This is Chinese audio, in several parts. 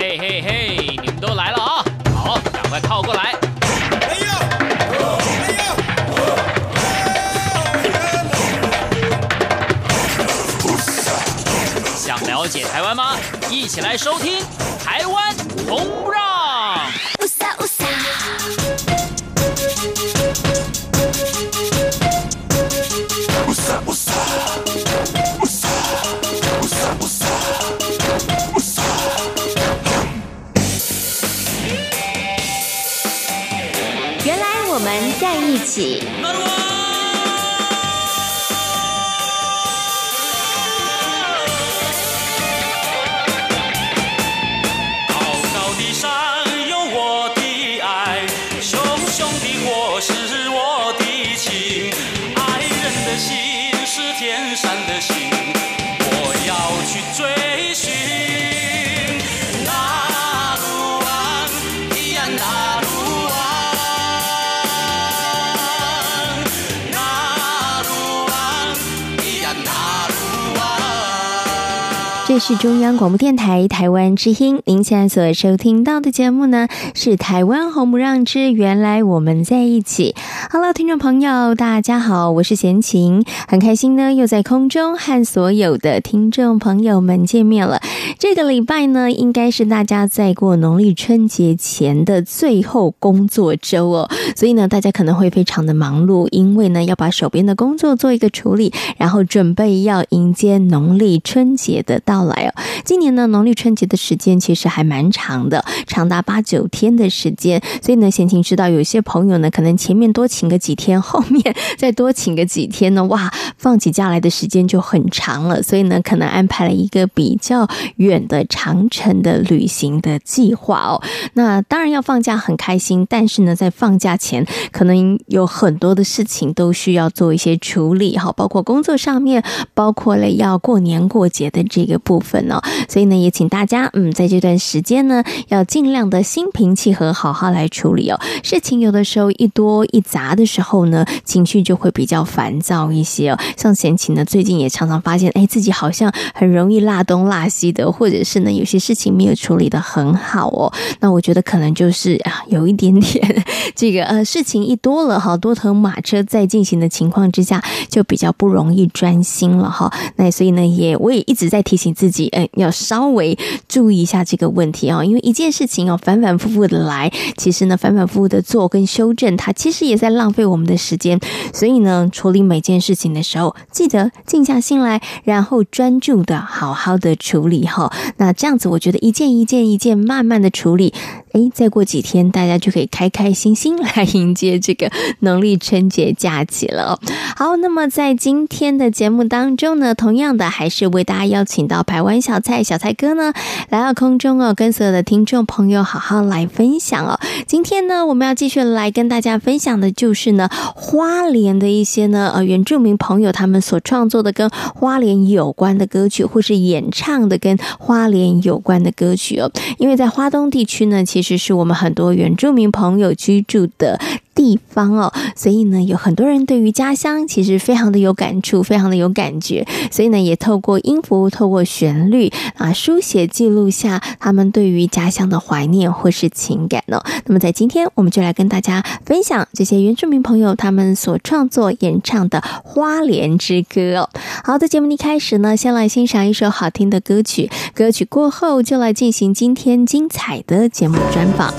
嘿嘿嘿，你们都来了啊！好，赶快靠过来。想了解台湾吗？一起来收听《台湾红不让》。 原来我们在一起。 天上的星，我要去追寻。那鲁湾，咿呀那鲁湾，那鲁湾，咿呀那鲁湾。 这是中央广播电台台湾之音，您现在所收听到的节目呢是台湾红不让之原来我们在一起。Hello， 听众朋友，大家好，我是贤琴，很开心呢，又在空中和所有的听众朋友们见面了。这个礼拜呢，应该是大家在过农历春节前的最后工作周哦，所以呢，大家可能会非常的忙碌，因为呢，要把手边的工作做一个处理，然后准备要迎接农历春节的到来哦。今年呢，农历春节的时间其实还蛮长的，长达8、9天的时间，所以呢，贤琴知道有些朋友呢，可能前面多请个几天，后面再多请个几天呢，哇，放起假来的时间就很长了，所以呢，可能安排了一个比较远的长程的旅行的计划哦。那当然要放假很开心，但是呢，在放假前可能有很多的事情都需要做一些处理哈，包括工作上面，包括了要过年过节的这个部分哦。所以呢，也请大家在这段时间呢，要尽量的心平气和，好好来处理哦。事情有的时候一多一杂的时候呢，情绪就会比较烦躁一些哦。像贤琴呢，最近也常常发现，自己好像很容易落东落西的，或者是呢，有些事情没有处理得很好哦。那我觉得可能就是有一点点这个事情一多了哈，多头马车在进行的情况之下，就比较不容易专心了哈。那所以呢，我也一直在提醒自己，要稍微注意一下这个问题哦，因为一件事情反反复复的来，其实呢，反反复复的做跟修正，它其实也在浪费我们的时间。所以呢，处理每件事情的时候，记得静下心来，然后专注的好好的处理哈。那这样子，我觉得一件一件慢慢的处理，再过几天大家就可以开开心心来迎接这个农历春节假期了哦。好，那么在今天的节目当中呢，同样的还是为大家邀请到排湾小菜哥呢来到空中哦，跟所有的听众朋友好好来分享哦。今天呢，我们要继续来跟大家分享的就是呢，花莲的一些呢原住民朋友他们所创作的跟花莲有关的歌曲，或是演唱的跟花莲有关的歌曲哦。因为在花东地区呢，其实是我们很多原住民朋友居住的地方哦，所以呢，有很多人对于家乡其实非常的有感触，非常的有感觉，所以呢，也透过音符，透过旋律书写记录下他们对于家乡的怀念或是情感哦。那么在今天，我们就来跟大家分享这些原住民朋友他们所创作演唱的花莲之歌哦。好的，节目一开始呢，先来欣赏一首好听的歌曲，歌曲过后就来进行今天精彩的节目专访。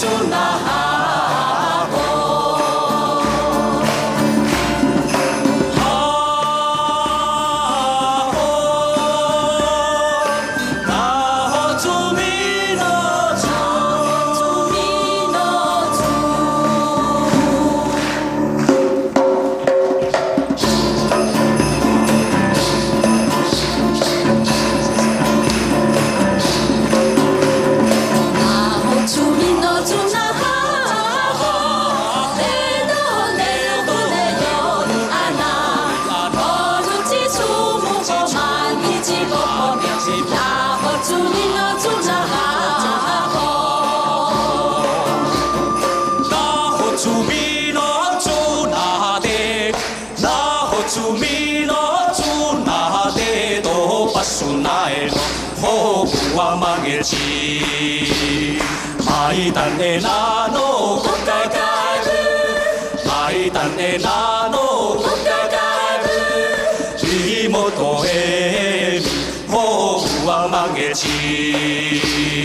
마이 단에 나노 꽃갈갈을 마이 단에 나노 꽃갈갈을 이모토에 호우와 망개지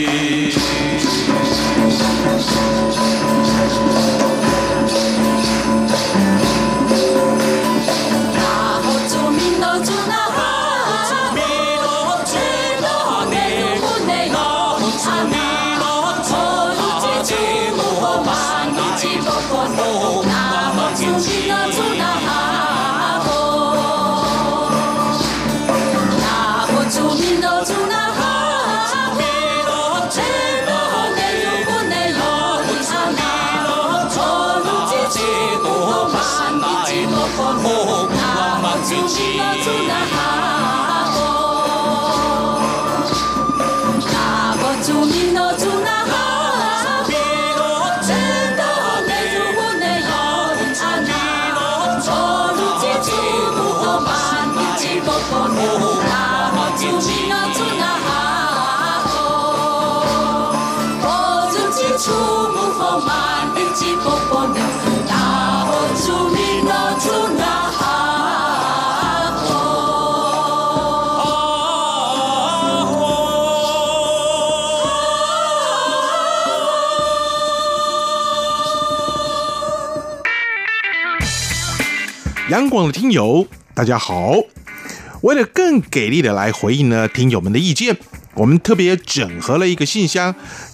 央广的听友大家好，为了更给力的来回应呢听友们的意见，我们特别整合了一个信箱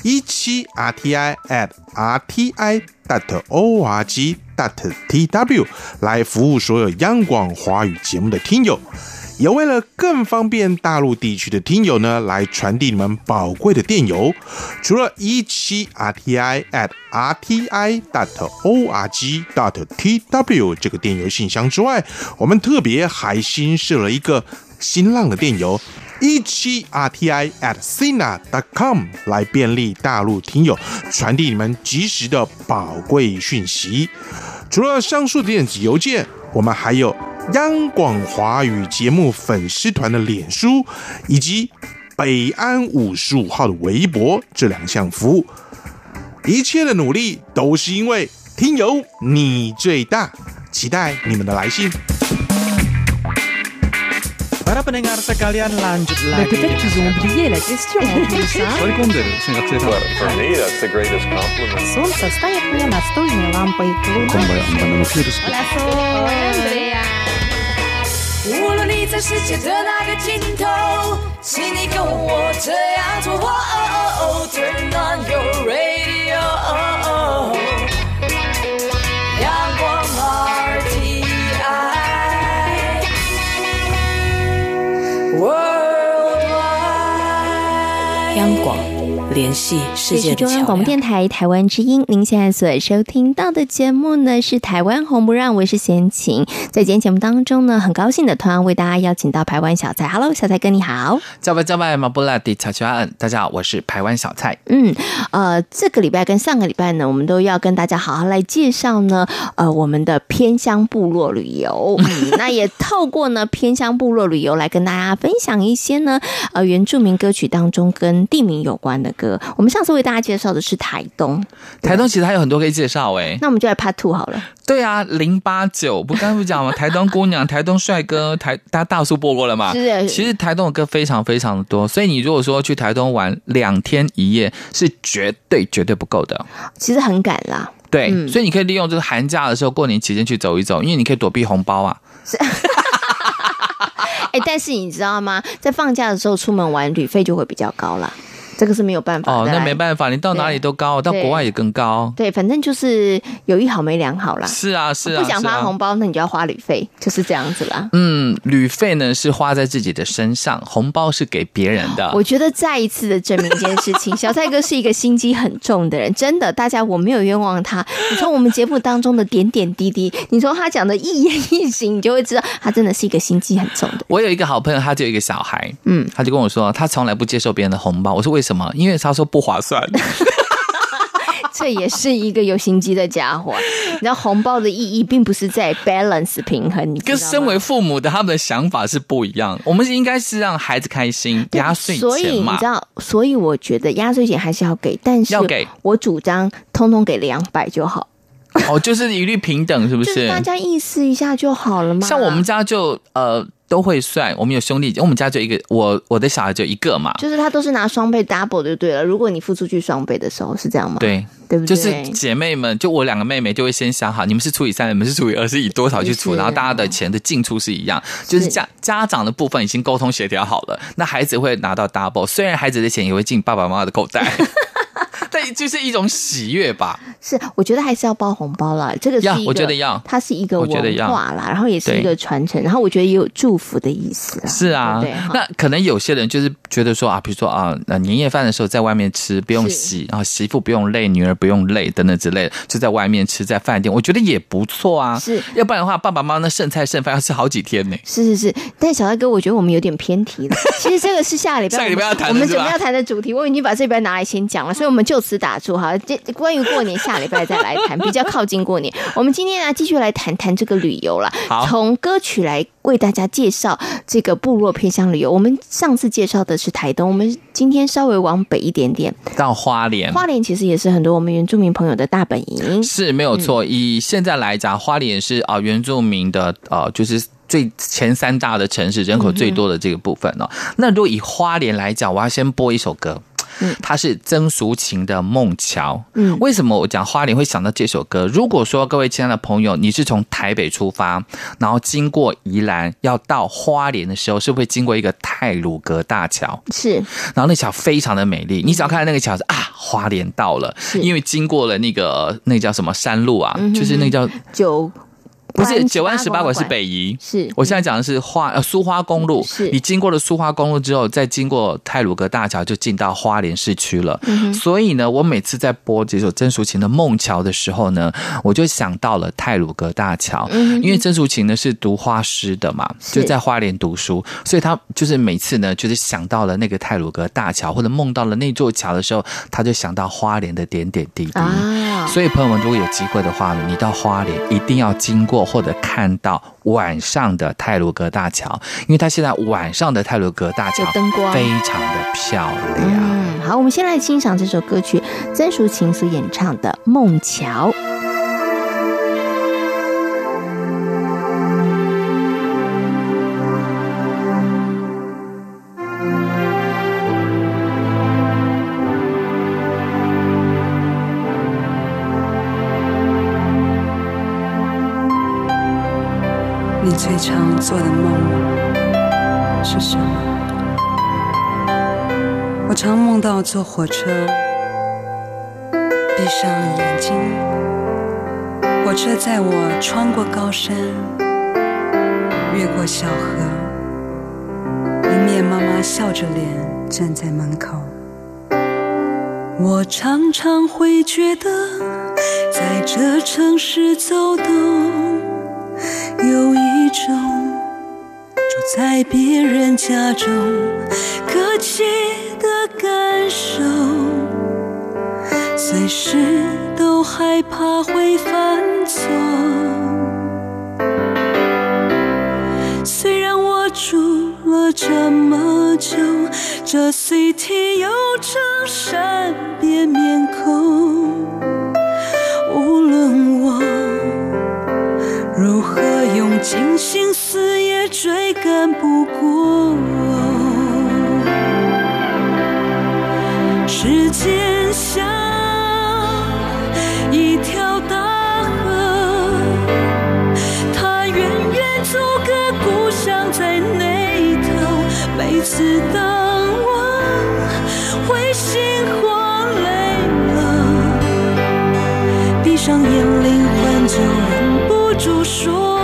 17rti@rti.org.tw 来服务所有央广华语节目的听友，也为了更方便大陆地区的听友呢来传递你们宝贵的电邮，除了17rti@rti.org.tw 这个电邮信箱之外，我们特别还新设了一个新浪的电邮17rti@sina.com 来便利大陆听友传递你们及时的宝贵讯息。除了上述的电子邮件，我们还有央广华语节目粉丝团的脸书，以及北安55号的微博这两项服务。一切的努力都是因为听友你最大，期待你们的来信。 Para pendengar sekalian, lanjut lagi. Peut-être qu'ils ont oublié la question en plus. For me, that's the greatest compliment. Солнце станет мне настольной лампой. Hola, Andrea. 无论你在世界的哪个尽头，请你跟我这样做。Turn on your radio. 阳光 RTI。Worldwide。 央广联系世界的桥梁。 这是中央广播电台台湾之音，您现在所收听到的节目呢是台湾红不让，我是贤琴。在今天节目当中呢，很高兴的同样为大家邀请到排湾小蔡。Hello， 小蔡哥你好。 加拜马布拉迪查乔安，大家好，我是排湾小蔡。 这个礼拜跟上个礼拜呢，我们都要跟大家好好来介绍呢，我们的偏乡部落旅游。那也透过呢偏乡部落旅游来跟大家分享一些呢，原住民歌曲当中跟地名有关的歌。我们上次为大家介绍的是台东， 台东其实还有很多可以介绍那我们就来 Part 2好了。 对啊，089不刚才不讲吗？台东姑娘、台东帅哥、大叔播过了嘛？ 是。 其实台东的歌非常非常的多，所以你如果说去台东玩2天1夜是绝对不够的。 其实很赶啦。 对，所以你可以利用这个寒假的时候、过年期间去走一走，因为你可以躲避红包啊。 但是你知道吗？在放假的时候出门玩，旅费就会比较高啦。这个是没有办法的。 那没办法，你到哪里都高，到国外也更高。 对，反正就是有一好没两好啦。 是啊， 不想发红包，那你就要花旅费，就是这样子啦。 旅费呢是花在自己的身上，红包是给别人的。 我觉得再一次的证明一件事情，小蔡哥是一个心机很重的人，真的，大家我没有冤枉他。你从我们节目当中的点点滴滴，你从他讲的一言一行，你就会知道他真的是一个心机很重的人。 我有一个好朋友，他就有一个小孩，他就跟我说，他从来不接受别人的红包。我说为什么？因为他说不划算。 这也是一个有心机的家伙。你知道红包的意义并不是在 balance 平衡，你知道吗？ 跟身为父母的他们的想法是不一样。我们应该是让孩子开心，压岁钱嘛。 所以你知道，所以我觉得压岁钱还是要给，但是要给， 我主张通通给200就好。 就是一律平等，是不是？ 就是大家意思一下就好了嘛。 像我们家就都会算，我们有兄弟，我们家就一个，我的小孩就一个嘛， 就是他都是拿双倍 double 就对了。如果你付出去双倍的时候是这样吗？ 对， 对不对？ 就是姐妹们，就我2个妹妹就会先想好，你们是除以3，你们是除以2，是以多少去除，然后大家的钱的进出是一样，就是家长的部分已经沟通协调好了，那孩子会拿到 double， 虽然孩子的钱也会进爸爸妈妈的口袋。但就是一种喜悦吧。 是，我觉得还是要包红包啦，这个是一个， 我觉得要， 它是一个文化啦，然后也是一个传承，然后我觉得也有祝福的意思啦。 是啊， 对， 那可能有些人就是觉得说啊，比如说啊，年夜饭的时候在外面吃不用洗，然后媳妇不用累，女儿不用累等等之类的，就在外面吃，在饭店，我觉得也不错啊。 是， 要不然的话，爸爸妈妈那剩菜剩饭要吃好几天呢。 是，但小大哥，我觉得我们有点偏题了。其实这个是下礼拜要谈的， 我们准备要谈的主题，我已经把这边拿来先讲了，所以我们就此打住哈。关于过年，下礼拜再来谈，比较靠近过年。我们今天呢，继续来谈谈这个旅游了。从歌曲来为大家介绍这个部落偏乡旅游。我们上次介绍的是台东，我们今天稍微往北一点点， 到花莲。 花莲其实也是很多我们原住民朋友的大本营， 是没有错。以现在来讲，花莲是原住民的就是最前3大的城市，人口最多的这个部分哦。那如果以花莲来讲，我要先播一首歌。它是曾淑琴的《梦桥》。为什么我讲花莲会想到这首歌？如果说各位亲爱的朋友，你是从台北出发，然后经过宜兰要到花莲的时候，是不是会经过一个太鲁阁大桥？ 是， 然后那桥非常的美丽，你只要看到那个桥花莲到了，因为经过了那个叫什么山路啊，就是那个叫不是9弯18拐是北宜， 是我现在讲的是苏花公路。是你经过了苏花公路之后，再经过太鲁阁大桥，就进到花莲市区了。所以呢，我每次在播这首曾淑琴的《梦桥》的时候呢，我就想到了太鲁阁大桥。因为曾淑琴呢是读花诗的嘛，就在花莲读书，所以他就是每次呢，就是想到了那个太鲁阁大桥，或者梦到了那座桥的时候，他就想到花莲的点点滴滴。所以朋友们，如果有机会的话呢，你到花莲一定要经过或者看到晚上的太鲁阁大桥，因为它现在晚上的太鲁阁大桥灯光非常的漂亮。 好，我们先来欣赏这首歌曲，曾淑琴所演唱的《梦桥》。 你最常做的梦是什么？我常梦到坐火车，闭上眼睛，火车载我穿过高山，越过小河，迎面妈妈笑着脸站在门口。我常常会觉得，在这城市走动，有一种住在别人家中可气的感受，随时都害怕会犯错。虽然我住了了这么久，这 city 有着善变面孔，无论我如何用尽心思也追赶不过。时间像一条大河，它远远阻隔故乡在那头。每次当我灰心或累了，闭上眼灵魂就忍不住说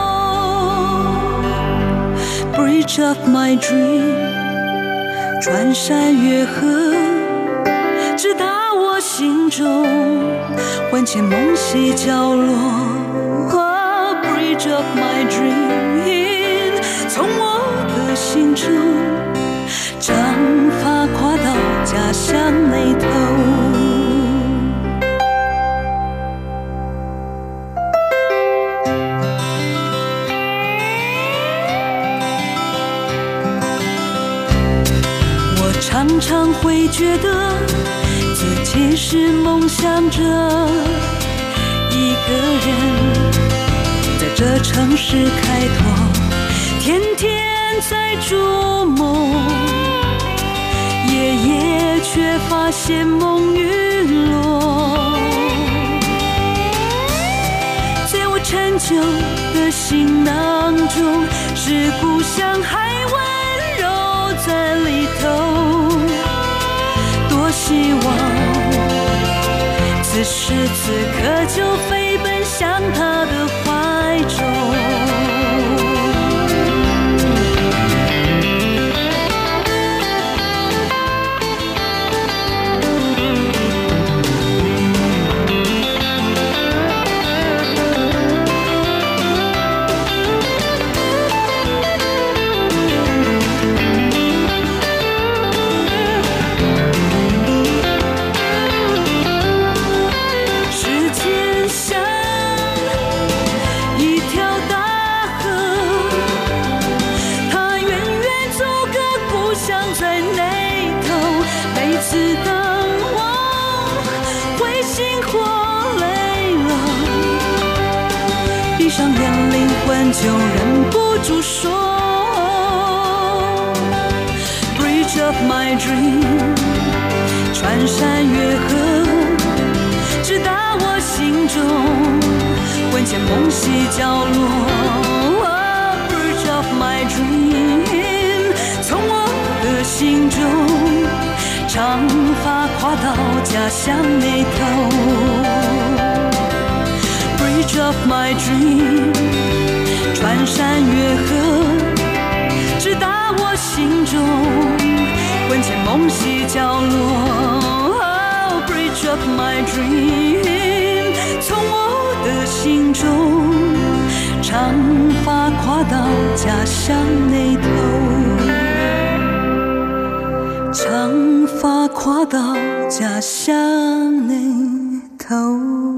Bridge of my dream， 穿山越河直达我心中，万千梦溪角落。Bridge of my dream， 从我的心中，长发跨到家乡那头。我常常会觉得自己是梦想着一个人，在这城市开拓，天天在筑梦，夜夜却发现梦陨落。在我陈旧的行囊中，是故乡还温柔在里头。多希望此时此刻就飞奔向他的怀中。闭上眼，灵魂就忍不住说 Bridge of my dream， 穿山越河直达我心中，万千梦溪角落。Bridge of my dream， 从我的心中，长发跨到家乡那头。Bridge of my dream， 穿山越河直达我心中，万千梦溪角落。Bridge of my dream， 从我的心中，长发跨到家乡那头，长发跨到家乡那头。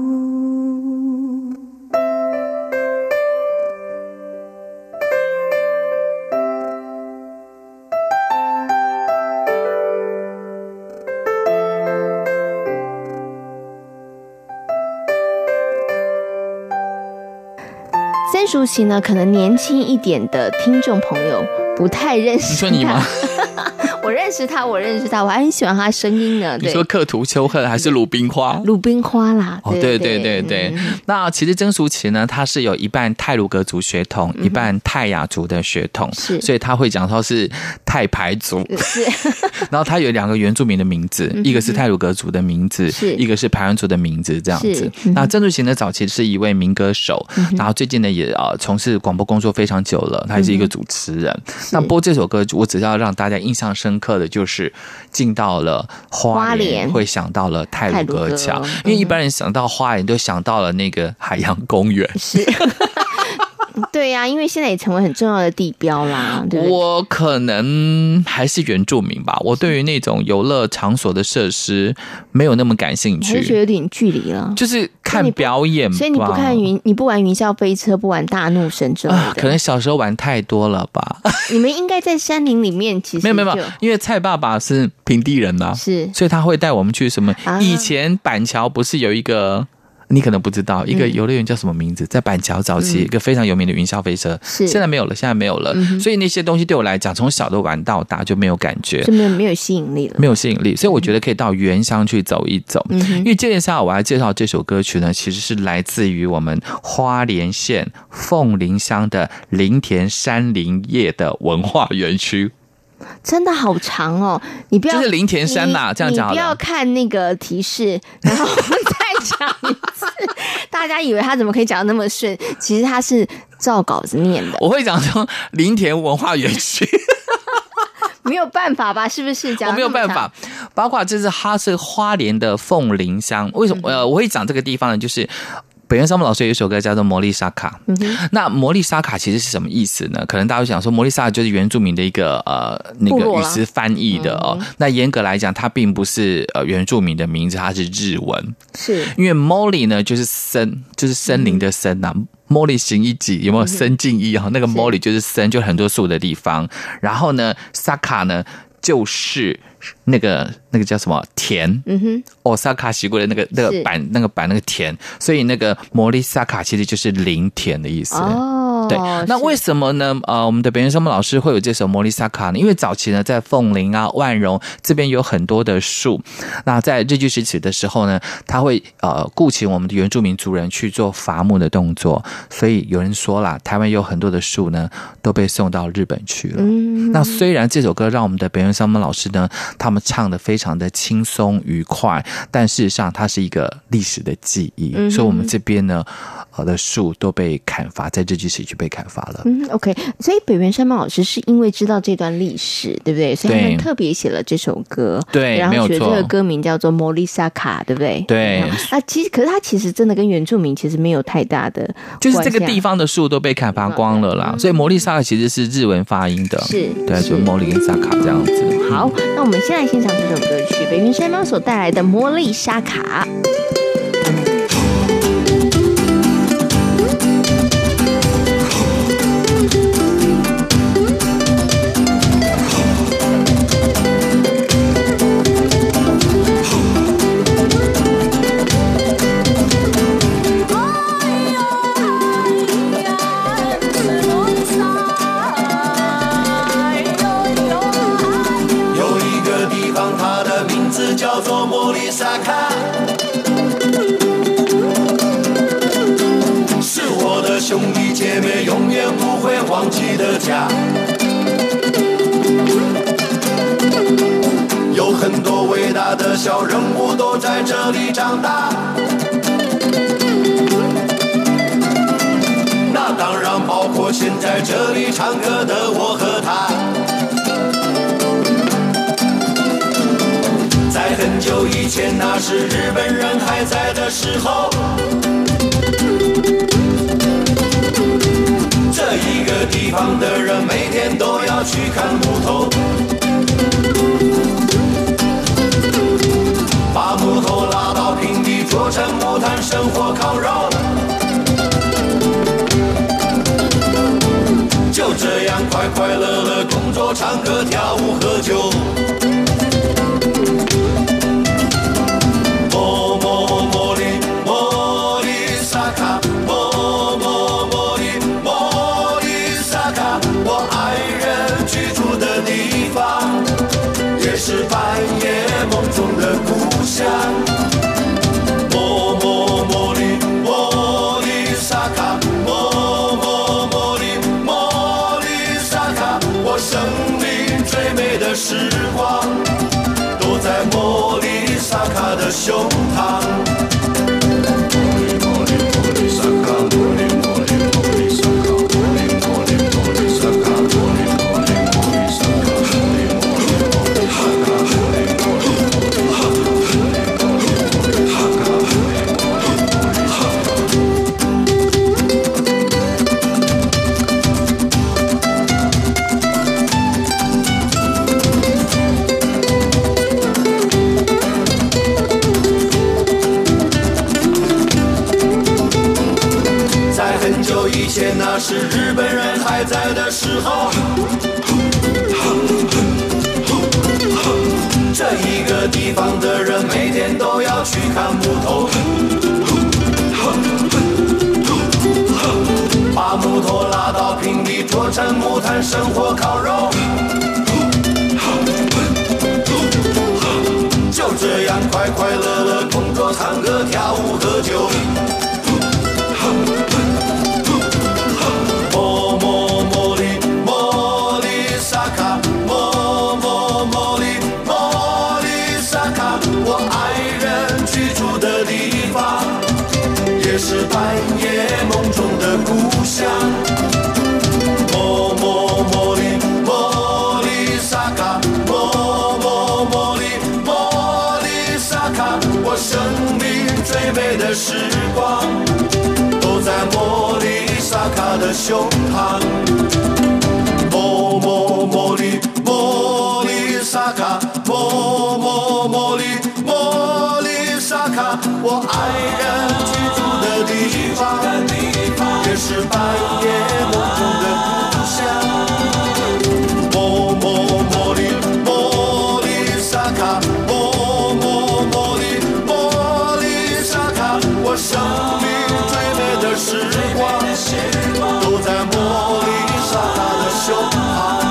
曾淑琪呢，可能年轻一点的听众朋友不太认识他。 你说你吗？ 我认识他，我还很喜欢他声音呢。 你说刻图秋恨还是鲁冰花？ 鲁冰花啦。 哦，对。那其实曾淑琪呢，她是有一半太鲁阁族血统，一半泰雅族的血统， 是， 所以她会讲说是泰排族。 是。 然后她有2个原住民的名字，一个是太鲁阁族的名字，一个是排湾族的名字，这样子。那曾淑琪呢，早期是一位民歌手，然后最近呢也从事广播工作非常久了，她也是一个主持人。那播这首歌，我只要让大家印象深刻的就是进到了花莲，会想到了太鲁阁桥，因为一般人想到花莲都想到了那个海洋公园。 是。 对呀、因为现在也成为很重要的地标啦，对不对？ 我可能还是原住民吧，我对于那种游乐场所的设施没有那么感兴趣， 还是觉得有点距离了。 就是看表演吧， 所以你不玩云霄飞车，不玩大怒神之类的、 可能小时候玩太多了吧。 你们应该在山林里面，其实没有，因为蔡爸爸是平地人啊， 是， 所以他会带我们去什么？以前板桥不是有一个？你可能不知道一个游乐园叫什么名字，在板桥早期一个非常有名的云霄飞车，现在没有了，所以那些东西对我来讲，从小都玩到大就没有感觉， 就没有吸引力了， 没有吸引力。所以我觉得可以到原乡去走一走。因为接下来我要介绍这首歌曲呢，其实是来自于我们花莲县凤林乡的林田山林业的文化园区。 真的好长哦！你不要就是林田山呐，这样讲好了。 你不要看那个提示，然后再讲一次。大家以为他怎么可以讲得那么顺？其实他是照稿子念的。 我会讲说林田文化园区。 没有办法吧？是不是？ 我没有办法。包括它是花莲的凤林乡，为什么？我会讲这个地方呢？就是北原山木老师有一首歌叫做《摩利沙卡》，那摩利沙卡其实是什么意思呢？可能大家会想说，摩利沙卡就是原住民的一个那个语词翻译的哦。那严格来讲，它并不是原住民的名字，它是日文。 是因为 Molly 呢，就是森林的森呐。Molly 行一级有没有森进一那个 Molly 就是森，就很多树的地方。然后呢，沙卡呢就是那个叫什么田，Osaka 习过的那个板那个田，所以那个摩利萨卡其实就是林田的意思。对，那为什么呢？我们的北原山木老师会有这首摩利萨卡呢？因为早期呢，在凤林啊、万荣这边有很多的树，那在日据时期的时候呢，他会雇请我们的原住民族人去做伐木的动作，所以有人说啦，台湾有很多的树呢都被送到日本去了。那虽然这首歌让我们的北原山木老师呢，他们唱得非常的轻松愉快，但事实上它是一个历史的记忆，所以我们这边呢的树都被砍伐，在日据时期被砍伐了。 OK， 所以北原山木老师是因为知道这段历史，对不对？所以他们特别写了这首歌， 对， 然后取这个歌名叫做《摩利萨卡》，对不对？ 对。 可是他其实真的跟原住民其实没有太大的关系， 就是这个地方的树都被砍伐光了啦，所以摩利萨卡其实是日文发音的， 是， 对，就摩利跟萨卡这样子。 好，那我们先来欣赏这首歌曲，北原山猫所带来的《摩利沙卡》。 叫做摩利萨卡，是我的兄弟姐妹永远不会忘记的家。有很多伟大的小人物都在这里长大，那当然包括现在这里唱歌的我和他。在很久以前，那是日本人还在的时候，这一个地方的人每天都要去看木头，把木头拉到平地做成木炭生火烤肉，就这样快快乐乐工作唱歌跳舞喝酒。是半夜梦中的故乡，摩摩摩利摩利萨卡，摩摩摩利摩利萨卡，我生命最美的时光都在摩利萨卡的胸膛。 是日本人还在的时候。这一个地方的人每天都要去看木头，把木头拉到平地做成木炭生火烤肉，就这样快快乐乐工作唱歌跳舞喝酒。莫莫莫里莫里萨卡，莫莫莫里莫里萨卡，我爱人居住的地方，也是半夜梦中的故乡。莫莫莫里莫里萨卡，莫莫莫里莫里萨卡，我生命最美的时光都在莫里萨卡的胸膛。莫莫莫里莫里萨卡，莫莫莫里莫里萨卡，我爱人居住的地方，也是半夜梦中的故乡。莫莫莫里莫里萨卡，莫莫莫里莫里萨卡，我生命最美的时光都在莫里萨卡的胸膛。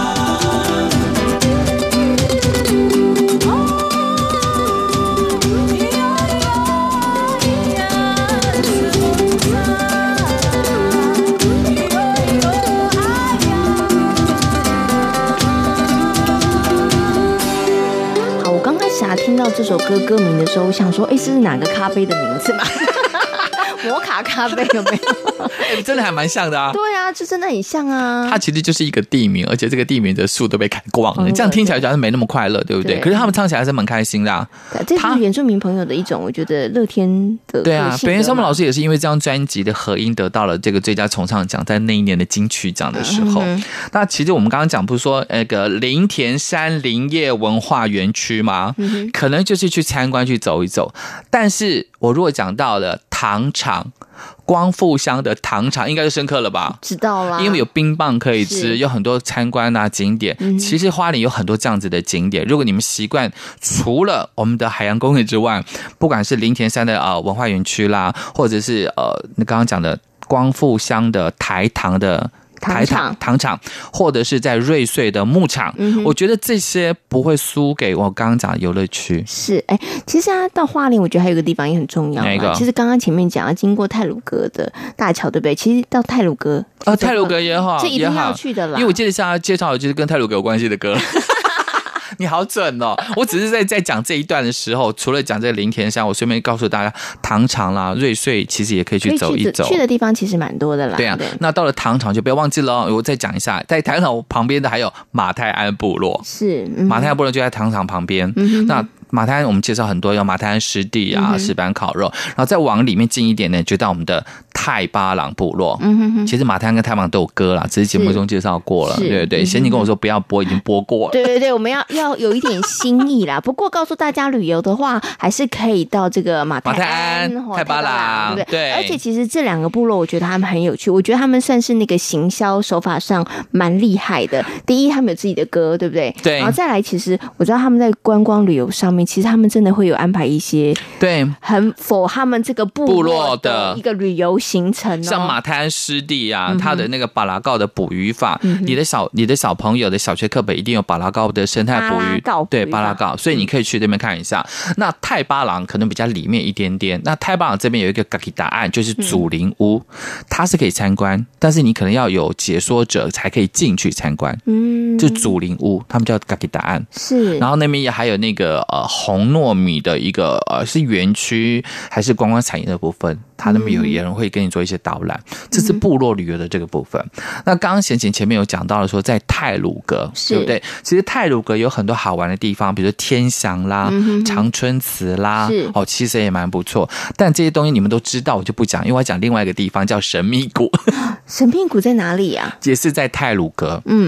听到这首歌歌名的时候，我想说，这是哪个咖啡的名字嘛？摩卡咖啡有没有？ 真的还蛮像的啊。 对啊，就真的很像啊。 它其实就是一个地名，而且这个地名的树都被砍光了，这样听起来好像没那么快乐，对不对？可是他们唱起来还是蛮开心的啊。 这是原住民朋友的一种，我觉得乐天的。 对啊，北原松本老师也是因为这张专辑的合音得到了这个最佳重唱奖，在那一年的金曲奖的时候。那其实我们刚刚讲不是说那个林田山林业文化园区吗？可能就是去参观去走一走。但是我如果讲到了糖厂，光复乡的糖厂应该就深刻了吧？ 知道啦， 因为有冰棒可以吃，有很多参观啊景点。其实花莲有很多这样子的景点，如果你们习惯除了我们的海洋公园之外，不管是林田山的文化园区啦，或者是你刚刚讲的光复乡的台糖的糖厂，或者是在瑞穗的牧场，我觉得这些不会输给我刚刚讲的游乐区。 是，其实到花莲，我觉得还有一个地方也很重要。哪一个？其实刚刚前面讲经过太鲁阁的大桥，对不对？其实到太鲁阁太鲁阁也好， 这一定要去的啦。 因为我记得下来介绍的就是跟太鲁阁有关系的歌。你好准哦！我只是在讲这一段的时候，除了讲这个林田山，我顺便告诉大家，糖厂啦、瑞穗其实也可以去走一走。 去的地方其实蛮多的啦。 对啊，那到了糖厂就不要忘记了，我再讲一下，在糖厂旁边的还有马太安部落。 是， 马太安部落就在糖厂旁边。那马太安我们介绍很多，有马太安湿地啊、石板烤肉，然后再往里面近一点呢，就到我们的太巴朗部落。其实马太安跟太巴朗都有歌啦，只是节目中介绍过了，对不对？贤妮跟我说不要播，已经播过了。 对对对，我们要有一点新意啦。不过告诉大家，旅游的话还是可以到这个马太安、 太巴朗，对不对？ 而且其实这两个部落，我觉得他们很有趣。我觉得他们算是那个行销手法上蛮厉害的。第一，他们有自己的歌，对不对？ 对。 然后再来，其实我知道他们在观光旅游上面，其实他们真的会有安排一些对很符他们这个部落的一个旅游行程。 像马太安湿地啊，它的那个巴拉告的捕鱼法，你的小朋友的小学课本一定有巴拉告的生态捕鱼，对巴拉告，所以你可以去那边看一下。那太巴朗可能比较里面一点点，那太巴朗这边有一个嘎吉答案，就是祖灵屋，它是可以参观，但是你可能要有解说者才可以进去参观。就祖灵屋，他们叫嘎吉答案。 是， 然后那边也还有那个红糯米的一个是园区还是观光产业的部分，他那边有人会跟你做一些导览，这是部落旅游的这个部分。那刚刚贤琴前面有讲到了说，在太鲁阁，对不对？其实太鲁阁有很多好玩的地方，比如说天祥啦、长春祠啦，其实也蛮不错。但这些东西你们都知道，我就不讲，因为我要讲另外一个地方叫神秘谷。 神秘谷在哪里啊？ 也是在太鲁阁。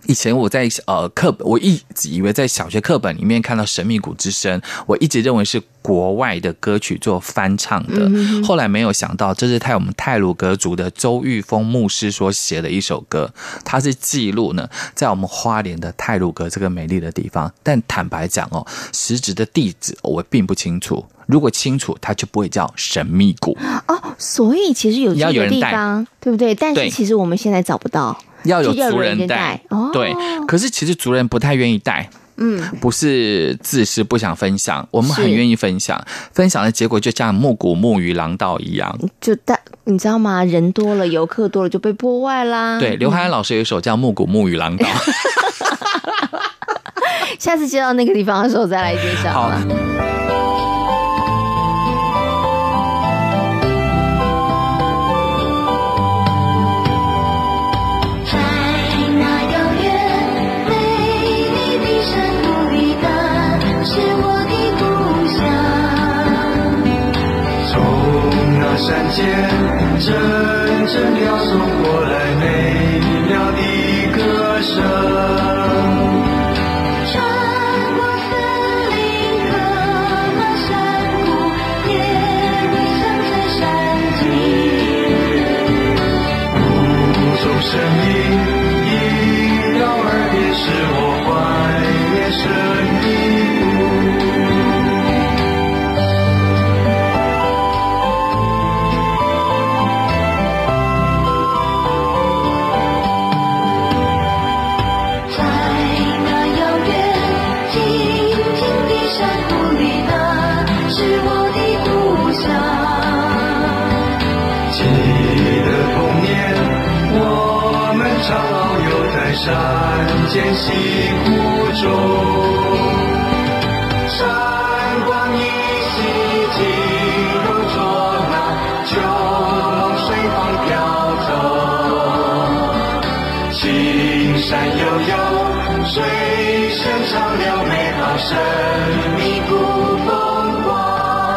以前我在课本，我一直以为在小学课本里面看到神秘谷之声，我一直认为是国外的歌曲做翻唱的，后来没有想到这是我们太鲁阁族的周玉峰牧师所写的一首歌，它是记录呢在我们花莲的太鲁阁这个美丽的地方，但坦白讲哦，实质的地址我并不清楚，如果清楚它就不会叫神秘谷哦，所以其实有这个地方对不对？但是其实我们现在找不到， 要有族人带，对，可是其实族人不太愿意带，不是自私不想分享，我们很愿意分享，分享的结果就像木谷木鱼廊道一样，你知道吗？人多了，游客多了就被破坏啦。对，刘海安老师有一首叫《木谷木鱼廊道》， 下次接到那个地方的时候再来介绍。好。 山间阵阵鸟送过来美妙的歌声，穿过森林和山谷，夜里响彻山径，谷中声音萦绕耳边，使我怀念神秘谷。山间溪谷中，山光依稀，镜中捉那旧梦随风飘走。青山悠悠，水声长流，美好神秘谷风光。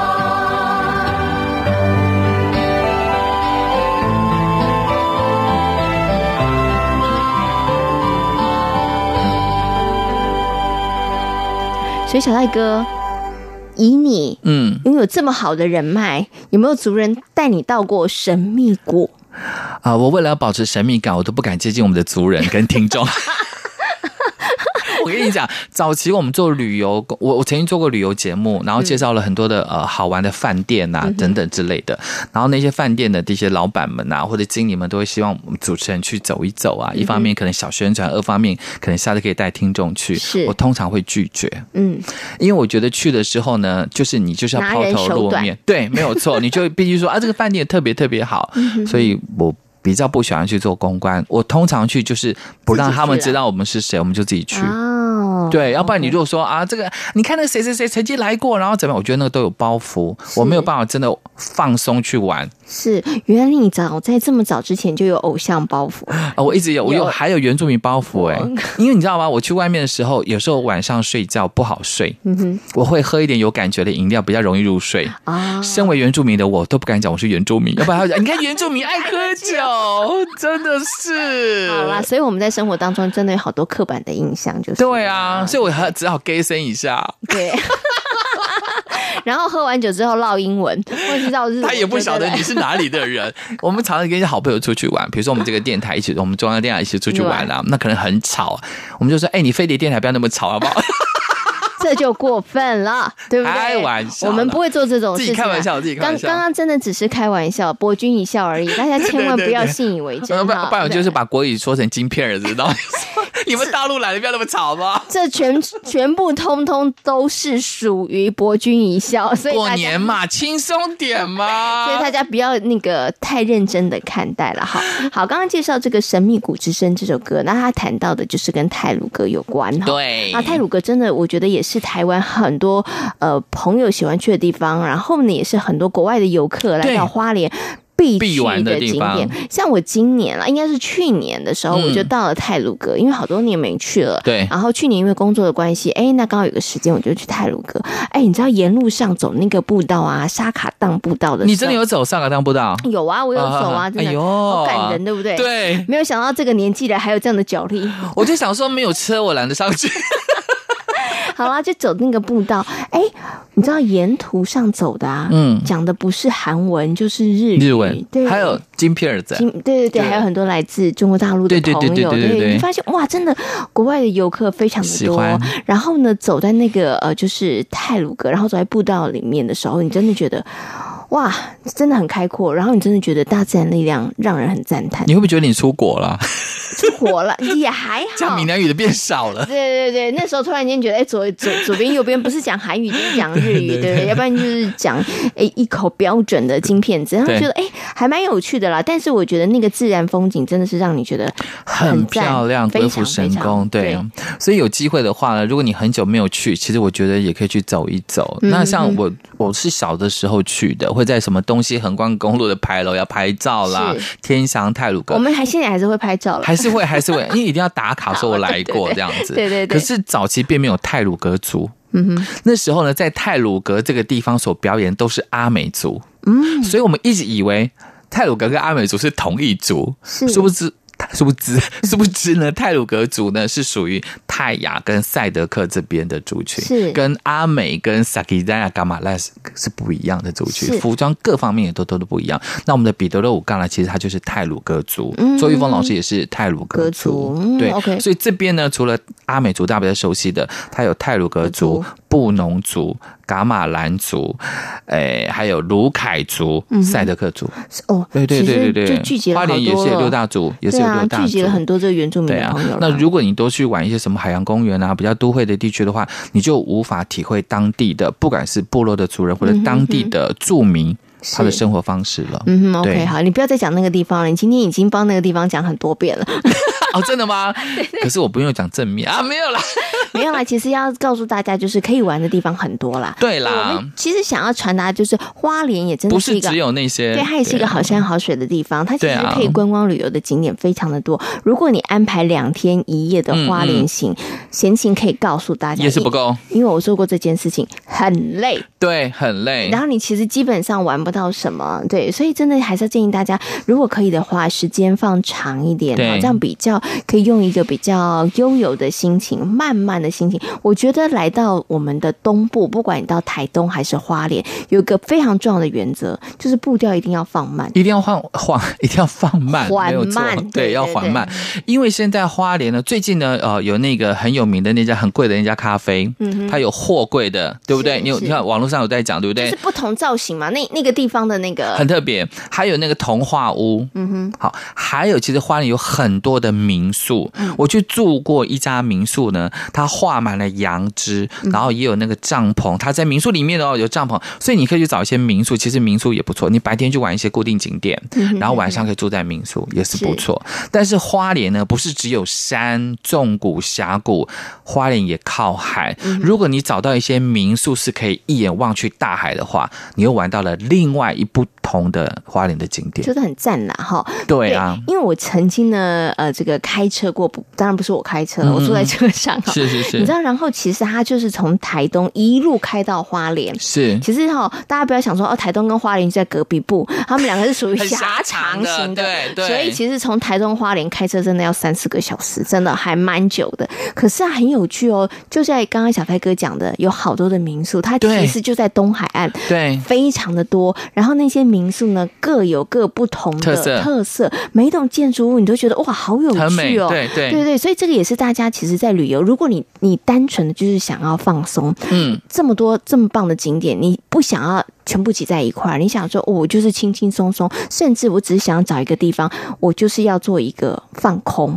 所以小戴哥，以你拥有这么好的人脉，有没有族人带你到过神秘谷我为了要保持神秘感，我都不敢接近我们的族人跟听众。我跟你讲，早期我们做旅游，我曾经做过旅游节目，然后介绍了很多的好玩的饭店啊等等之类的，然后那些饭店的这些老板们啊或者经理们都会希望我们主持人去走一走啊，一方面可能小宣传，二方面可能下次可以带听众去，我通常会拒绝，因为我觉得去的时候呢，就是你就是要抛头露面，对，没有错，你就必须说这个饭店特别特别好，所以我比较不喜欢去做公关，我通常去就是不让他们知道我们是谁，我们就自己去。对，要不然你如果说这个你看那个谁谁谁曾经来过，然后怎么样，我觉得那个都有包袱，我没有办法真的放松去玩。是， 原来你在这么早之前就有偶像包袱我一直有，还有原住民包袱因为你知道吗？我去外面的时候，有时候晚上睡觉不好睡，我会喝一点有感觉的饮料，比较容易入睡身为原住民的我都不敢讲我是原住民，要不然他讲你看原住民爱喝酒，真的是。 好啦，所以我们在生活当中真的有好多刻板的印象，就是对啊，所以我只好 gay 声一下， 对。然后喝完酒之后唠英文，或者唠日文， 他也不晓得你是哪里的人。我们常常跟一些好朋友出去玩，比如说我们这个电台一起，我们中央电台一起出去玩啊，那可能很吵，我们就说，你飞碟电台不要那么吵，好不好？ 这就过分了，对不对？ 开玩笑， 我们不会做这种事情。 自己开玩笑，自己开玩笑。 刚刚真的只是开玩笑，博君一笑而已，大家千万不要信以为真。 不然就是把国语说成金片儿，知道吗？你们大陆来的不要那么吵吗？ 这全部通通都是属于博君一笑，所以过年嘛，轻松点嘛， 所以大家不要那个太认真的看待了。好，刚刚介绍这个《神秘谷之声》这首歌，那他谈到的就是跟太鲁阁有关。 对， 太鲁阁真的，我觉得也是台湾很多朋友喜欢去的地方，然后呢，也是很多国外的游客来到花莲必玩的景点。像我今年应该是去年的时候，我就到了太鲁阁，因为好多年没去了。 对。 然后去年因为工作的关系，那刚好有个时间，我就去太鲁阁。你知道沿路上走那个步道啊，沙卡当步道的时候， 你真的有走沙卡当步道？ 有啊，我有走啊，真的，好感人，对不对？ 对， 没有想到这个年纪了还有这样的脚力。 我就想说，没有车我懒得上去。 好啦，就走那个步道，你知道沿途上走的啊，讲的不是韩文就是日文， 对， 还有金片儿仔， 对，还有很多来自中国大陆的朋友，对，你发现哇，真的国外的游客非常的多。然后呢，走在那个就是太鲁阁，然后走在步道里面的时候，你真的觉得哇，真的很开阔，然后你真的觉得大自然力量让人很赞叹。 你会不会觉得你出国了？ 出国了也还好， 讲闽南语的变少了。 对，那时候突然间觉得，左边右边不是讲韩语就是讲日语，对，要不然就是讲一口标准的金片子，然后觉得还蛮有趣的啦。但是我觉得那个自然风景真的是让你觉得很漂亮，鬼斧神工。对，所以有机会的话呢，如果你很久没有去，其实我觉得也可以去走一走。那像我是小的时候去的，会在什么东西横贯公路的牌楼要拍照啦，天祥太鲁阁， 我们现在还是会拍照了， 还是会，因为一定要打卡说我来过这样子。 对。 可是早期并没有太鲁阁族，那时候呢，在太鲁阁这个地方所表演都是阿美族，所以我们一直以为太鲁阁跟阿美族是同一族，殊不知呢，太鲁阁族呢是属于泰雅跟赛德克这边的族群，是跟阿美跟萨基达亚伽马拉是不一样的族群，服装各方面也都不一样。那我们的彼得勒武嘎呢，其实他就是太鲁阁族，周玉峰老师也是太鲁阁族，对，所以这边呢，除了阿美族大家比较熟悉的，他有太鲁阁族、布农族、噶玛兰族，还有卢凯族、赛德克族。对， 就聚集了好多了。 花莲也是有6大族，也是有6大族， 聚集了很多这个原住民的朋友。 那如果你都去玩一些什么海洋公园啊，比较都会的地区的话，你就无法体会当地的，不管是部落的族人或者当地的住民。他的生活方式了。 OK， 好，你不要再讲那个地方了，你今天已经帮那个地方讲很多遍了。 哦，真的吗？可是我不用讲正面啊，没有啦， 没有啦。其实要告诉大家，就是可以玩的地方很多啦。 对啦， 我们其实想要传达就是花莲也真的是一个不是只有那些， 对，它也是一个好山好水的地方。它其实可以观光旅游的景点非常的多。如果你安排2天1夜的花莲行，闲情可以告诉大家也是不够， 因为我做过这件事情，很累， 对，很累。 然后你其实基本上玩不到什么，对，所以真的还是要建议大家，如果可以的话，时间放长一点，这样比较可以用一个比较悠游的心情，慢慢的心情。我觉得来到我们的东部，不管你到台东还是花莲，有一个非常重要的原则，就是步调一定要放慢， 一定要一定要放慢， 缓慢， 对，要缓慢。因为现在花莲呢，最近呢，有那个很有名的那家很贵的那家咖啡，它有货柜的，对不对？你看网络上有在讲，对不对？ 就是不同造型嘛，那个地方的那个很特别，还有那个童话屋，好，还有其实花莲有很多的民宿，我去住过一家民宿呢，它画满了杨枝，然后也有那个帐篷，它在民宿里面有帐篷，所以你可以去找一些民宿，其实民宿也不错，你白天去玩一些固定景点，然后晚上可以住在民宿，也是不错。但是花莲呢，不是只有山、纵谷、峡谷，花莲也靠海，如果你找到一些民宿是可以一眼望去大海的话，你又玩到了另外一不同的花莲的景点， 就是很赞啦哈。 对啊， 因为我曾经呢，这个开车过，当然不是我开车了，我坐在车上， 是， 你知道，然后其实他就是从台东一路开到花莲， 是， 其实大家不要想说台东跟花莲就在隔壁部，他们两个是属于狭长型的， 对， 所以其实从台东花莲开车真的要3-4个小时，真的还蛮久的。可是很有趣哦，就在刚刚小泰哥讲的，有好多的民宿，它其实就在东海岸， 对， 非常的多。然后那些民宿呢，各有各不同的特色，每一栋建筑物你都觉得哇，好有趣哦，对，所以这个也是大家其实在旅游，如果你单纯的就是想要放松，这么多这么棒的景点，你不想要全部挤在一块，你想说我就是轻轻松松，甚至我只是想要找一个地方，我就是要做一个放空。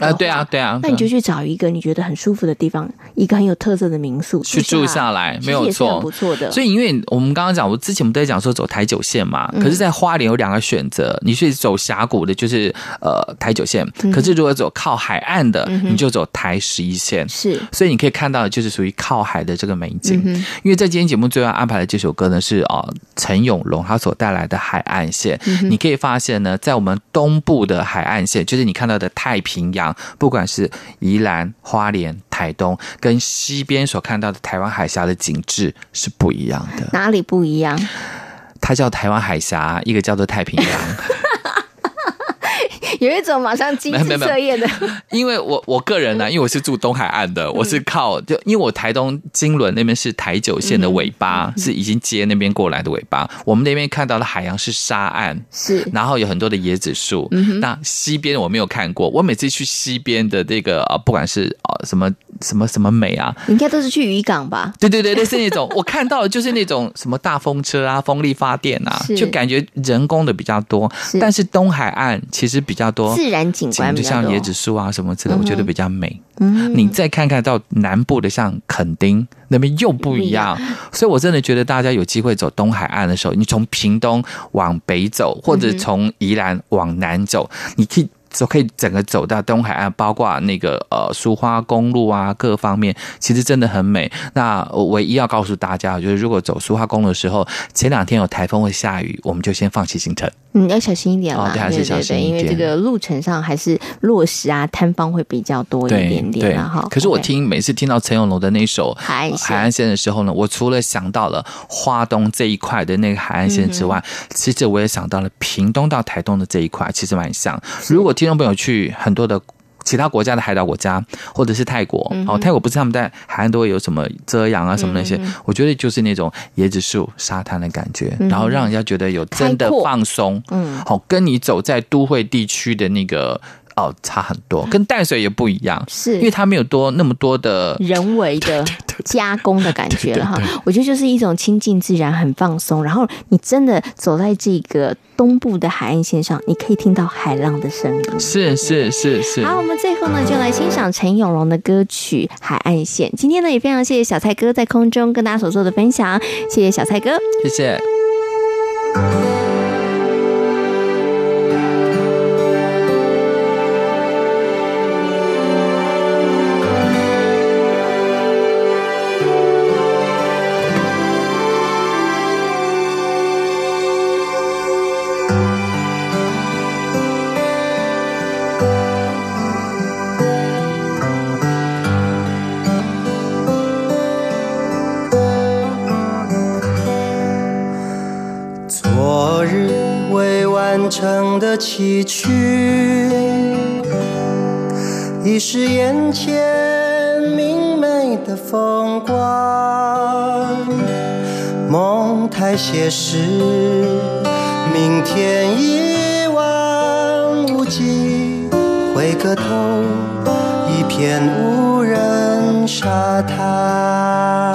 对啊， 那你就去找一个你觉得很舒服的地方，一个很有特色的民宿去住下来，没有错， 很不错的。 所以因为我们刚刚讲，之前我们在讲说走台九线嘛，可是在花莲有2个选择，你去走峡谷的，就是台九线，可是如果走靠海岸的，你就走台11线。 是， 所以你可以看到的就是属于靠海的这个美景。因为在今天节目最后安排的这首歌呢是陈永龙他所带来的海岸线。你可以发现呢，在我们东部的海岸线，就是你看到的太平洋，不管是宜兰、花莲、台东，跟西边所看到的台湾海峡的景致是不一样的。 哪里不一样？ 它叫台湾海峡，一个叫做太平洋。 有一种马上精致测验的， 因为我个人呢，因为我是住东海岸的，我是靠因为我台东金轮那边是台九线的尾巴，是已经接那边过来的尾巴。我们那边看到的海洋是沙岸， 是， 然后有很多的椰子树。那西边我没有看过，我每次去西边的这个不管是什么美啊， 应该都是去渔港吧？ 对，类似那种，我看到的就是那种什么大风车啊、风力发电啊，就感觉人工的比较多。但是东海岸其实比较多自然景观比较多， 就像椰子树啊什么之类的，我觉得比较美。你再看看到南部的像垦丁那边又不一样，所以我真的觉得大家有机会走东海岸的时候，你从屏东往北走，或者从宜兰往南走，你可以整个走到东海岸，包括那个苏花公路啊，各方面其实真的很美。那我唯一要告诉大家，就是如果走苏花公路的时候，前2天有台风会下雨，我们就先放弃行程。 要小心一点啦。 对，还是小心一点， 因为这个路程上还是落石啊，摊方会比较多一点点啦哈。 可是我每次听到陈永龙的那首海岸线的时候呢，我除了想到了花东这一块的那个海岸线之外，其实我也想到了屏东到台东的这一块，其实蛮像。如果听众朋友去很多的其他国家的海岛国家，或者是泰国，泰国不是他们在海岸都会有什么遮阳啊什么那些，我觉得就是那种椰子树沙滩的感觉，然后让人家觉得有真的放松。跟你走在都会地区的那个差很多，跟淡水也不一样， 是因为它没有那么多的人为的加工的感觉了哈。我觉得就是一种亲近自然，很放松。然后你真的走在这个东部的海岸线上，你可以听到海浪的声音。 是。 好，我们最后呢就来欣赏陈永龙的歌曲《海岸线》。今天呢也非常谢谢小蔡哥在空中跟大家所做的分享，谢谢小蔡哥， 谢谢。 成的崎岖，已是眼前明媚的风光。梦太写实，明天一望无际，回个头，一片无人沙滩。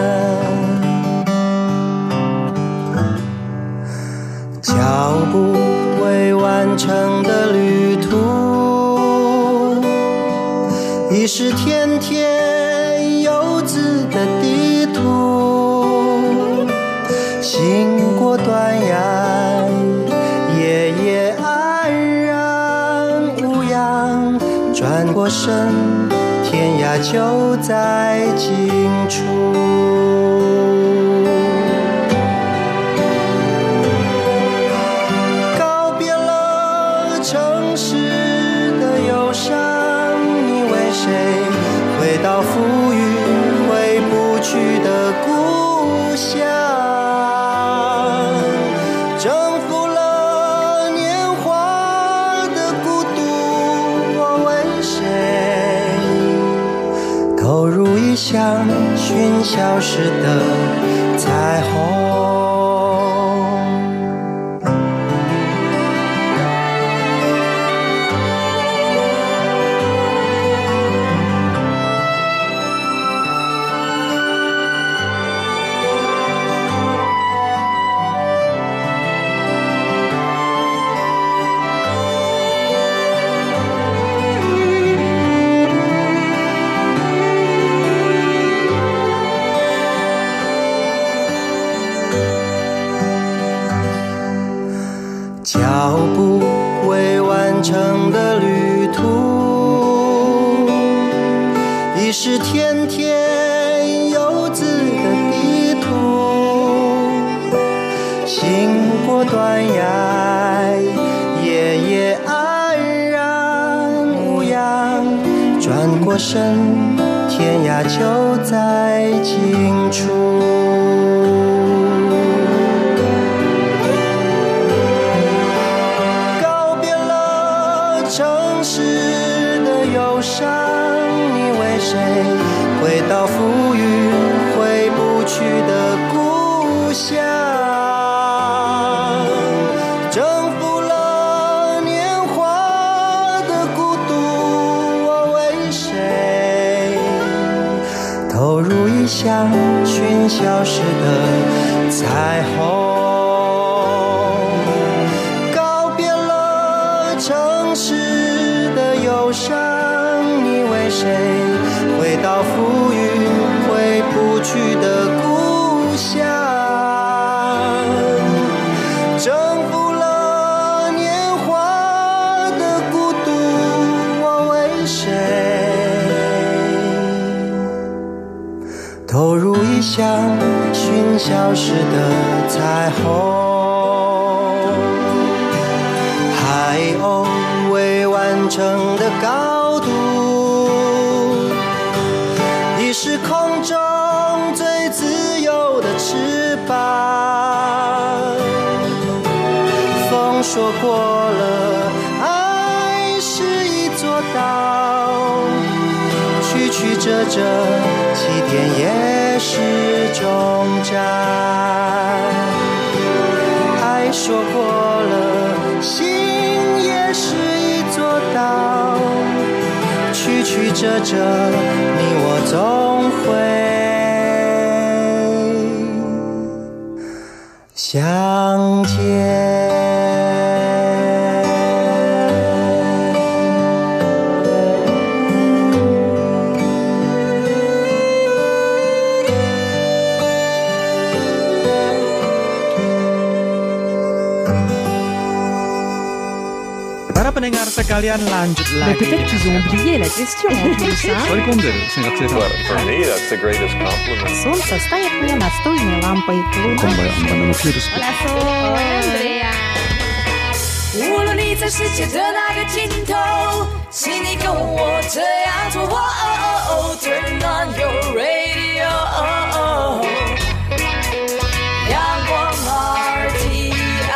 脚步未完成的旅途，已是天天游子的地图。行过断崖，夜夜安然无恙，转过身，天涯就在近处。到赋予回不去的故乡，征服了年华的孤独，我为谁投入异乡，寻消失的彩虹。 成的旅途，已是天天游子的地图。行过断崖，夜夜安然无恙，转过身，天涯就在近处。告别了城市的忧伤，你为谁回到浮云回不去的故乡？征服了年华的孤独，我为谁投入异乡寻消失的彩虹？告别了城市的忧伤，你为谁回到浮云回不去的故乡？征服了年华的孤独，我为谁投入异乡寻消失的彩虹？海鸥未完成的高度，已是空中最自由的翅膀。风说过了，爱是一座岛，曲曲折折，起点也是终站。爱说过了，心也是一座岛，曲曲折折，你我总会相见。 Pendengar sekalian, lanjut lagi. Peut-être qu'ils ont oublié la question en plus, Well, for me, that's the greatest compliment. Солнце стоит мне настольной лампой. Hola, Sol. Andrea. 无论你在世界的哪个尽头，请你跟我这样做。Turn on your radio. 阳光 RTI。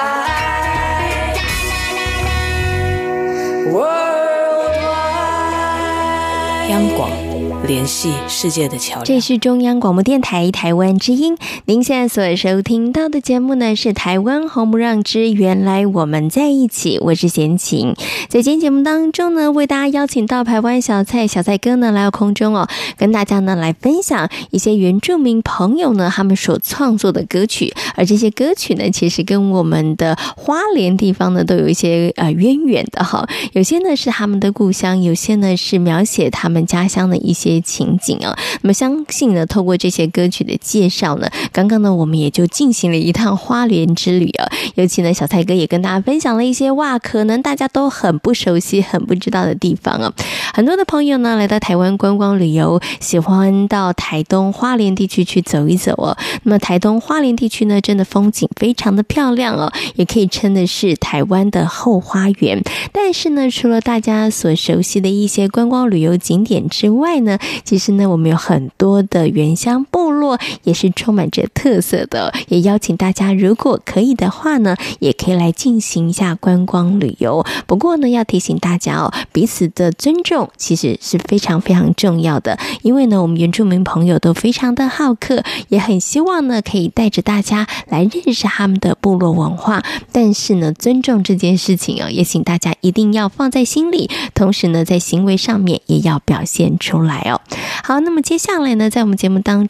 央广联系世界的桥梁。 这是中央广播电台台湾之音，您现在所收听到的节目呢是台湾红不让之原来我们在一起，我是贤琴。在今天节目当中呢，为大家邀请到台湾小蔡哥呢来到空中哦，跟大家呢来分享一些原住民朋友呢他们所创作的歌曲，而这些歌曲呢其实跟我们的花莲地方呢都有一些渊源的哈，有些呢是他们的故乡，有些呢是描写他们家乡的一些情景啊。那么相信呢透过这些歌曲的介绍呢，刚刚呢我们也就进行了一趟花莲之旅啊，尤其呢小蔡哥也跟大家分享了一些可能大家都很不熟悉很不知道的地方啊。很多的朋友呢来到台湾观光旅游，喜欢到台东花莲地区去走一走哦。那么台东花莲地区呢真的风景非常的漂亮哦，也可以称的是台湾的后花园。但是呢除了大家所熟悉的一些观光旅游景点之外呢，其实呢我们有很多的原乡部落也是充满着特色的，也邀请大家如果可以的话呢，也可以来进行一下观光旅游。不过呢要提醒大家哦，彼此的尊重其实是非常非常重要的，因为呢我们原住民朋友都非常的好客，也很希望呢可以带着大家来认识他们的部落文化，但是呢尊重这件事情也请大家一定要放在心里，同时呢在行为上面也要表现出来哦。好，那么接下来呢在我们节目当中呢要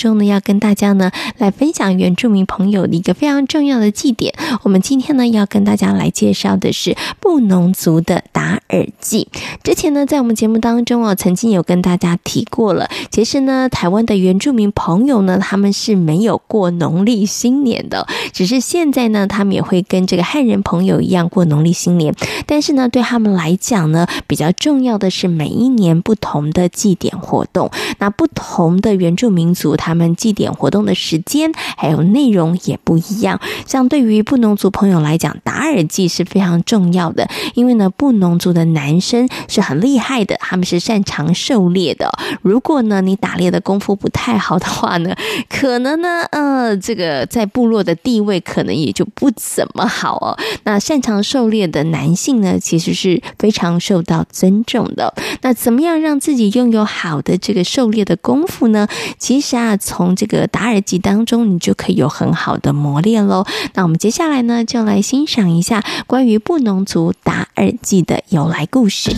跟大家呢来分享原住民朋友的一个非常重要的祭典。我们今天呢要跟大家来介绍的是布农族的达尔祭。之前呢在我们节目当中曾经有跟大家提过了，其实呢台湾的原住民朋友呢他们是没有过农历新年的，只是现在呢他们也会跟这个汉人朋友一样过农历新年，但是呢对他们来讲呢比较重要的是每一年不同的祭典活动。那不同的原住民族他们祭典活动的时间还有内容也不一样。像对于布农族朋友来讲，达尔祭是非常重要的，因为呢布农族的男生是很厉害的，他们是擅长狩猎的。如果呢你打猎的功夫不太好的话呢，可能呢这个在部落的地位可能也就不怎么好哦。那擅长狩猎的男性呢其实是非常受到尊重的。那怎么样让自己拥有好的这个狩猎的功夫呢？其实从这个达尔祭当中你就可以有很好的磨练咯。那我们接下来呢就来欣赏一下关于布农族达尔祭的由来故事。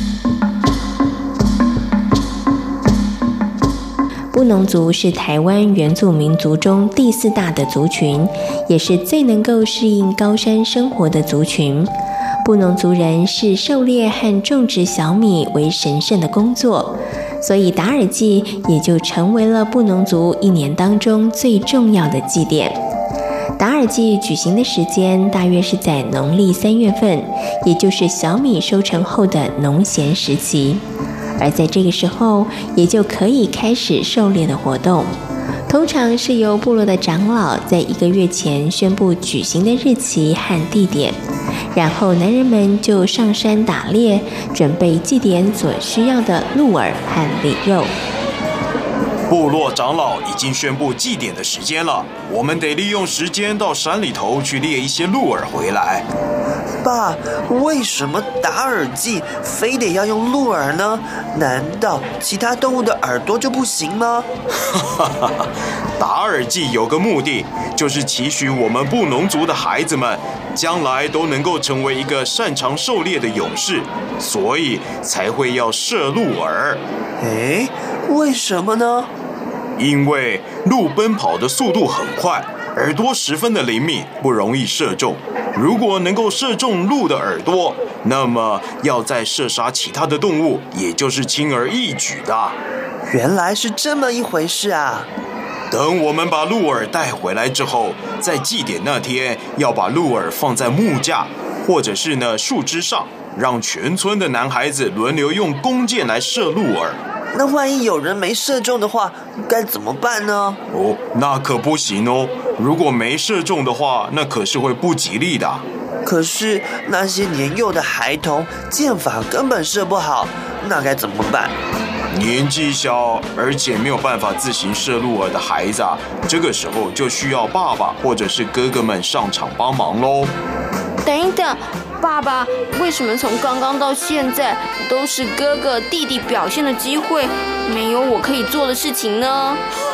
布农族是台湾原住民族中第4大的族群，也是最能够适应高山生活的族群。布农族人视狩猎和种植小米为神圣的工作，所以达尔祭也就成为了布农族一年当中最重要的祭典。达尔祭举行的时间大约是在农历3月份，也就是小米收成后的农闲时期，而在这个时候也就可以开始狩猎的活动。通常是由部落的长老在1个月前宣布举行的日期和地点，然后男人们就上山打猎，准备祭典所需要的鹿耳和礼肉。 部落长老已经宣布祭典的时间了，我们得利用时间到山里头去猎一些鹿耳回来。 爸，为什么达尔祭非得要用鹿耳呢？难道其他动物的耳朵就不行吗？ 达尔祭有个目的，就是期许我们布农族的孩子们将来都能够成为一个擅长狩猎的勇士，所以才会要射鹿耳。 为什么呢？ 因为鹿奔跑的速度很快，耳朵十分的灵敏，不容易射中。如果能够射中鹿的耳朵，那么要再射杀其他的动物，也就是轻而易举的。 原来是这么一回事啊！ 等我们把鹿耳带回来之后，在祭典那天要把鹿耳放在木架或者是树枝上，让全村的男孩子轮流用弓箭来射鹿耳。 那万一有人没射中的话，该怎么办呢？ 那可不行哦！如果没射中的话，那可是会不吉利的。 可是那些年幼的孩童箭法根本射不好，那该怎么办？ 年纪小而且没有办法自行射鹿耳的孩子这个时候就需要爸爸或者是哥哥们上场帮忙咯。 等一等，爸爸，为什么从刚刚到现在都是哥哥弟弟表现的机会，没有我可以做的事情呢？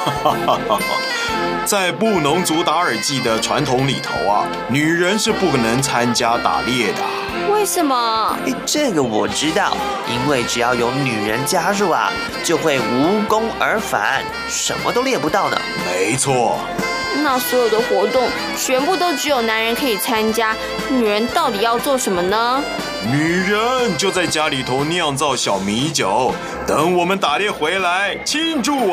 在布农族达尔祭的传统里头女人是不能参加打猎的。 为什么？ 这个我知道，因为只要有女人加入就会无功而返，什么都猎不到呢。 没错。 那所有的活动全部都只有男人可以参加，女人到底要做什么呢？ 女人就在家里头酿造小米酒，等我们打猎回来庆祝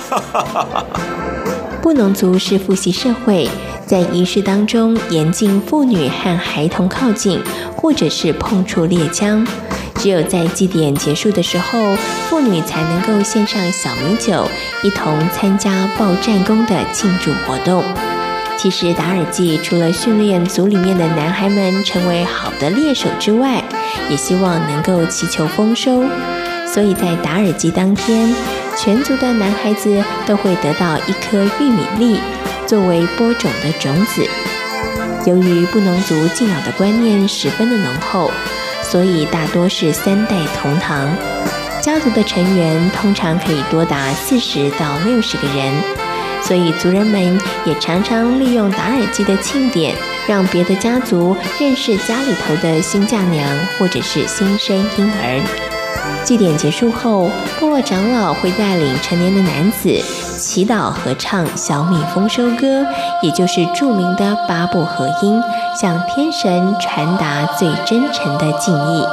布农族是父系社会，在仪式当中严禁妇女和孩童靠近，或者是碰触猎枪。只有在祭典结束的时候，妇女才能够献上小米酒，一同参加报战功的庆祝活动。其实达尔祭除了训练族里面的男孩们成为好的猎手之外，也希望能够祈求丰收。所以在达尔祭当天，全族的男孩子都会得到一颗玉米粒，作为播种的种子。由于布农族敬老的观念十分的浓厚，所以大多是3代同堂，家族的成员通常可以多达40到60个人，所以族人们也常常利用达尔祭的庆典，让别的家族认识家里头的新嫁娘或者是新生婴儿。祭典结束后，部落长老会带领成年的男子祈祷合唱小蜜蜂收歌，也就是著名的八部合音，向天神传达最真诚的敬意。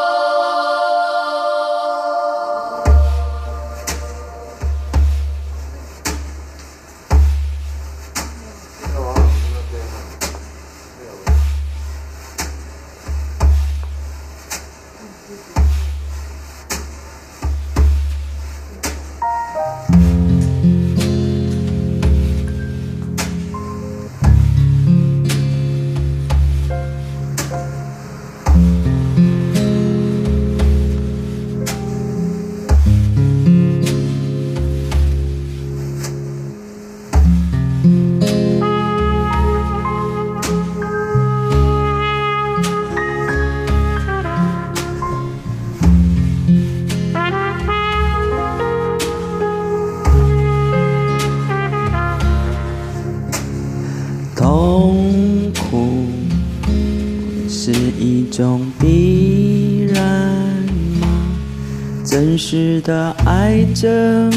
痛苦是一种必然吗？真实的爱着，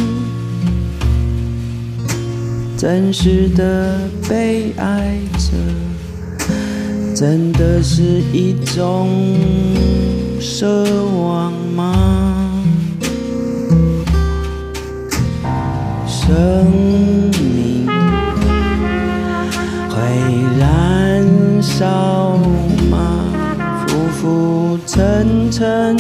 真实的被爱着，真的是一种奢望吗？生命会燃烧吗？浮浮沉沉，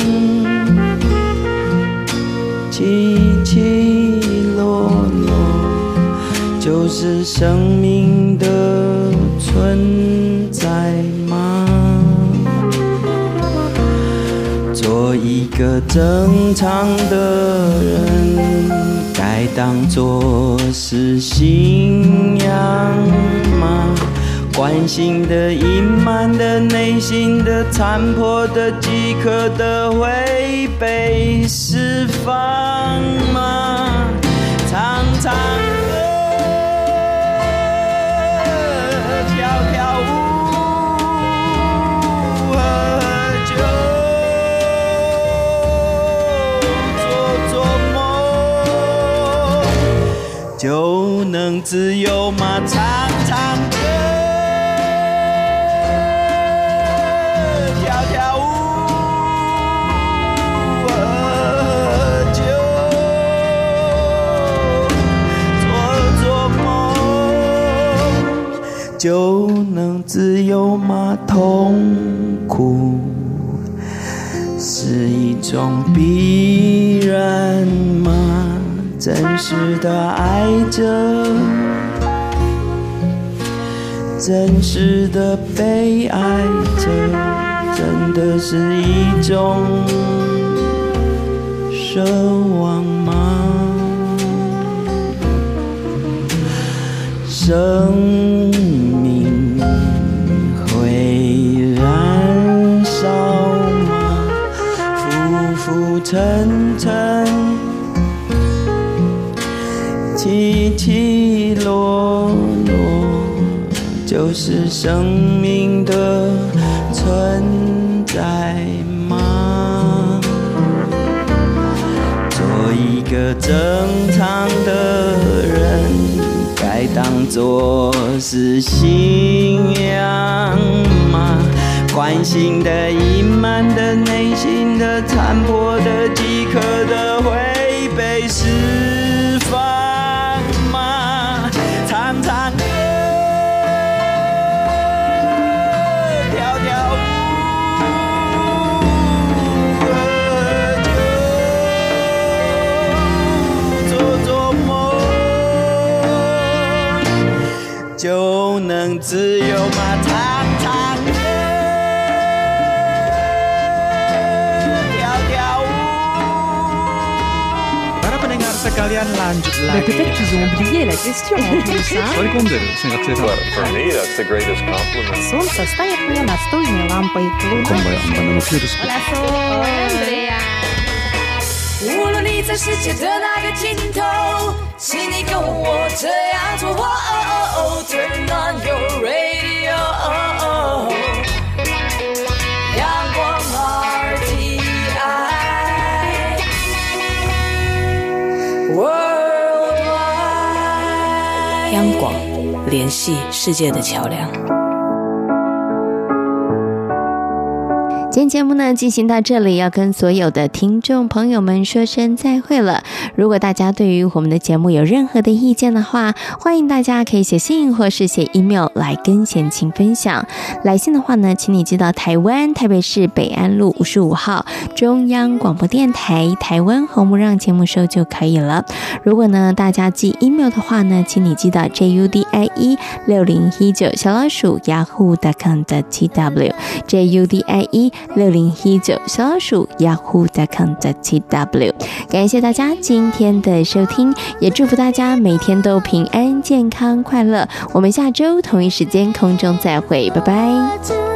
起起落落，就是生命的存在吗？做一个正常的人，该当作是信仰吗？关心的、隐瞒的、内心的、残破的、饥渴的，会被释放吗？常常跳跳舞，喝酒，做做梦，就能自由吗？唱唱歌，跳跳舞，喝酒，做做梦，就能自由吗？痛苦是一种必然吗？真实的爱着，真实的被爱着，真的是一种奢望吗？生命会燃烧吗？浮浮沉沉，起起落落，就是生命的存在吗？做一个正常的人，该当作是信仰吗？关心的、隐瞒的、内心的、残破的、饥渴的，会被释放吗？唱唱歌，跳跳舞，喝酒，做做梦，就能自由吗？唱唱歌，跳跳舞。 Para pendengar sekalian, lanjut lagi. Peut-être qu'ils ont oublié la question en plus, Sorry, Kunder, singkat cerita. Well, for me, that's the greatest compliment. Солнце стоит мне настольной лампой. Hola, Andrea。无论你在世界的哪个尽头，请你跟我这样做。Turn on your radio。阳光 RTI。Worldwide。 央广，联系世界的桥梁。 今天节目呢进行到这里，要跟所有的听众朋友们说声再会了。如果大家对于我们的节目有任何的意见的话，欢迎大家可以写信或是写 email 来跟贤琴分享。来信的话呢，请你寄到台湾台北市北安路55号中央广播电台台湾红不让节目收就可以了。如果呢大家寄 email 的话呢，请你寄到 JUDIE6019 小老鼠 yahoo.com.tw JUDIE6019 小老鼠 yahoo.com.tw。 感谢大家今天的收听，也祝福大家每天都平安健康快乐。我们下周同一时间空中再会，拜拜。